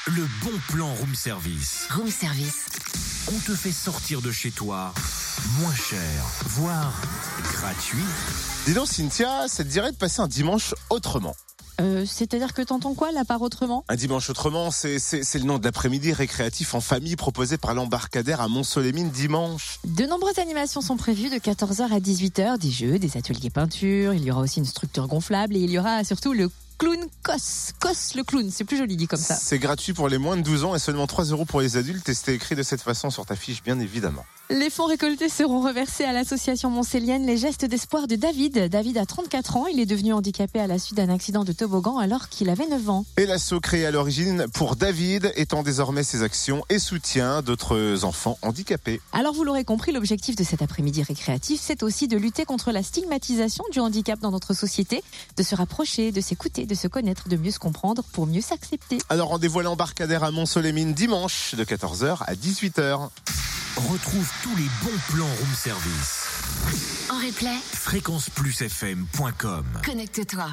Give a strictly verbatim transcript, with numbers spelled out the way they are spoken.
le bon plan room service. Room service. On te fait sortir de chez toi moins cher, voire gratuit. Dis donc Cynthia, ça te dirait de passer un dimanche autrement? Euh, c'est-à-dire que t'entends quoi, là, par autrement? Un dimanche autrement, c'est, c'est, c'est le nom de l'après-midi récréatif en famille proposé par l'Embarcadère à Mont-Soleil-Mines dimanche. De nombreuses animations sont prévues de quatorze heures à dix-huit heures, des jeux, des ateliers peinture, il y aura aussi une structure gonflable et il y aura surtout le clown Cos. Cos le clown, c'est plus joli dit comme ça. C'est gratuit pour les moins de douze ans et seulement trois euros pour les adultes et c'est écrit de cette façon sur ta fiche, bien évidemment. Les fonds récoltés seront reversés à l'association montsélienne Les Gestes d'Espoir de David. David a trente-quatre ans, il est devenu handicapé à la suite d'un accident de toboggan alors qu'il avait neuf ans. Et l'asso créé à l'origine pour David étend désormais ses actions et soutient d'autres enfants handicapés. Alors vous l'aurez compris, l'objectif de cet après-midi récréatif, c'est aussi de lutter contre la stigmatisation du handicap dans notre société, de se rapprocher, de s'écouter, de se connaître, de mieux se comprendre pour mieux s'accepter. Alors rendez-vous à l'Embarcadère à Mont-Soleil-Mines dimanche de quatorze heures à dix-huit heures. Retrouve tous les bons plans room service. En replay, fréquence plus f m point com. connecte-toi.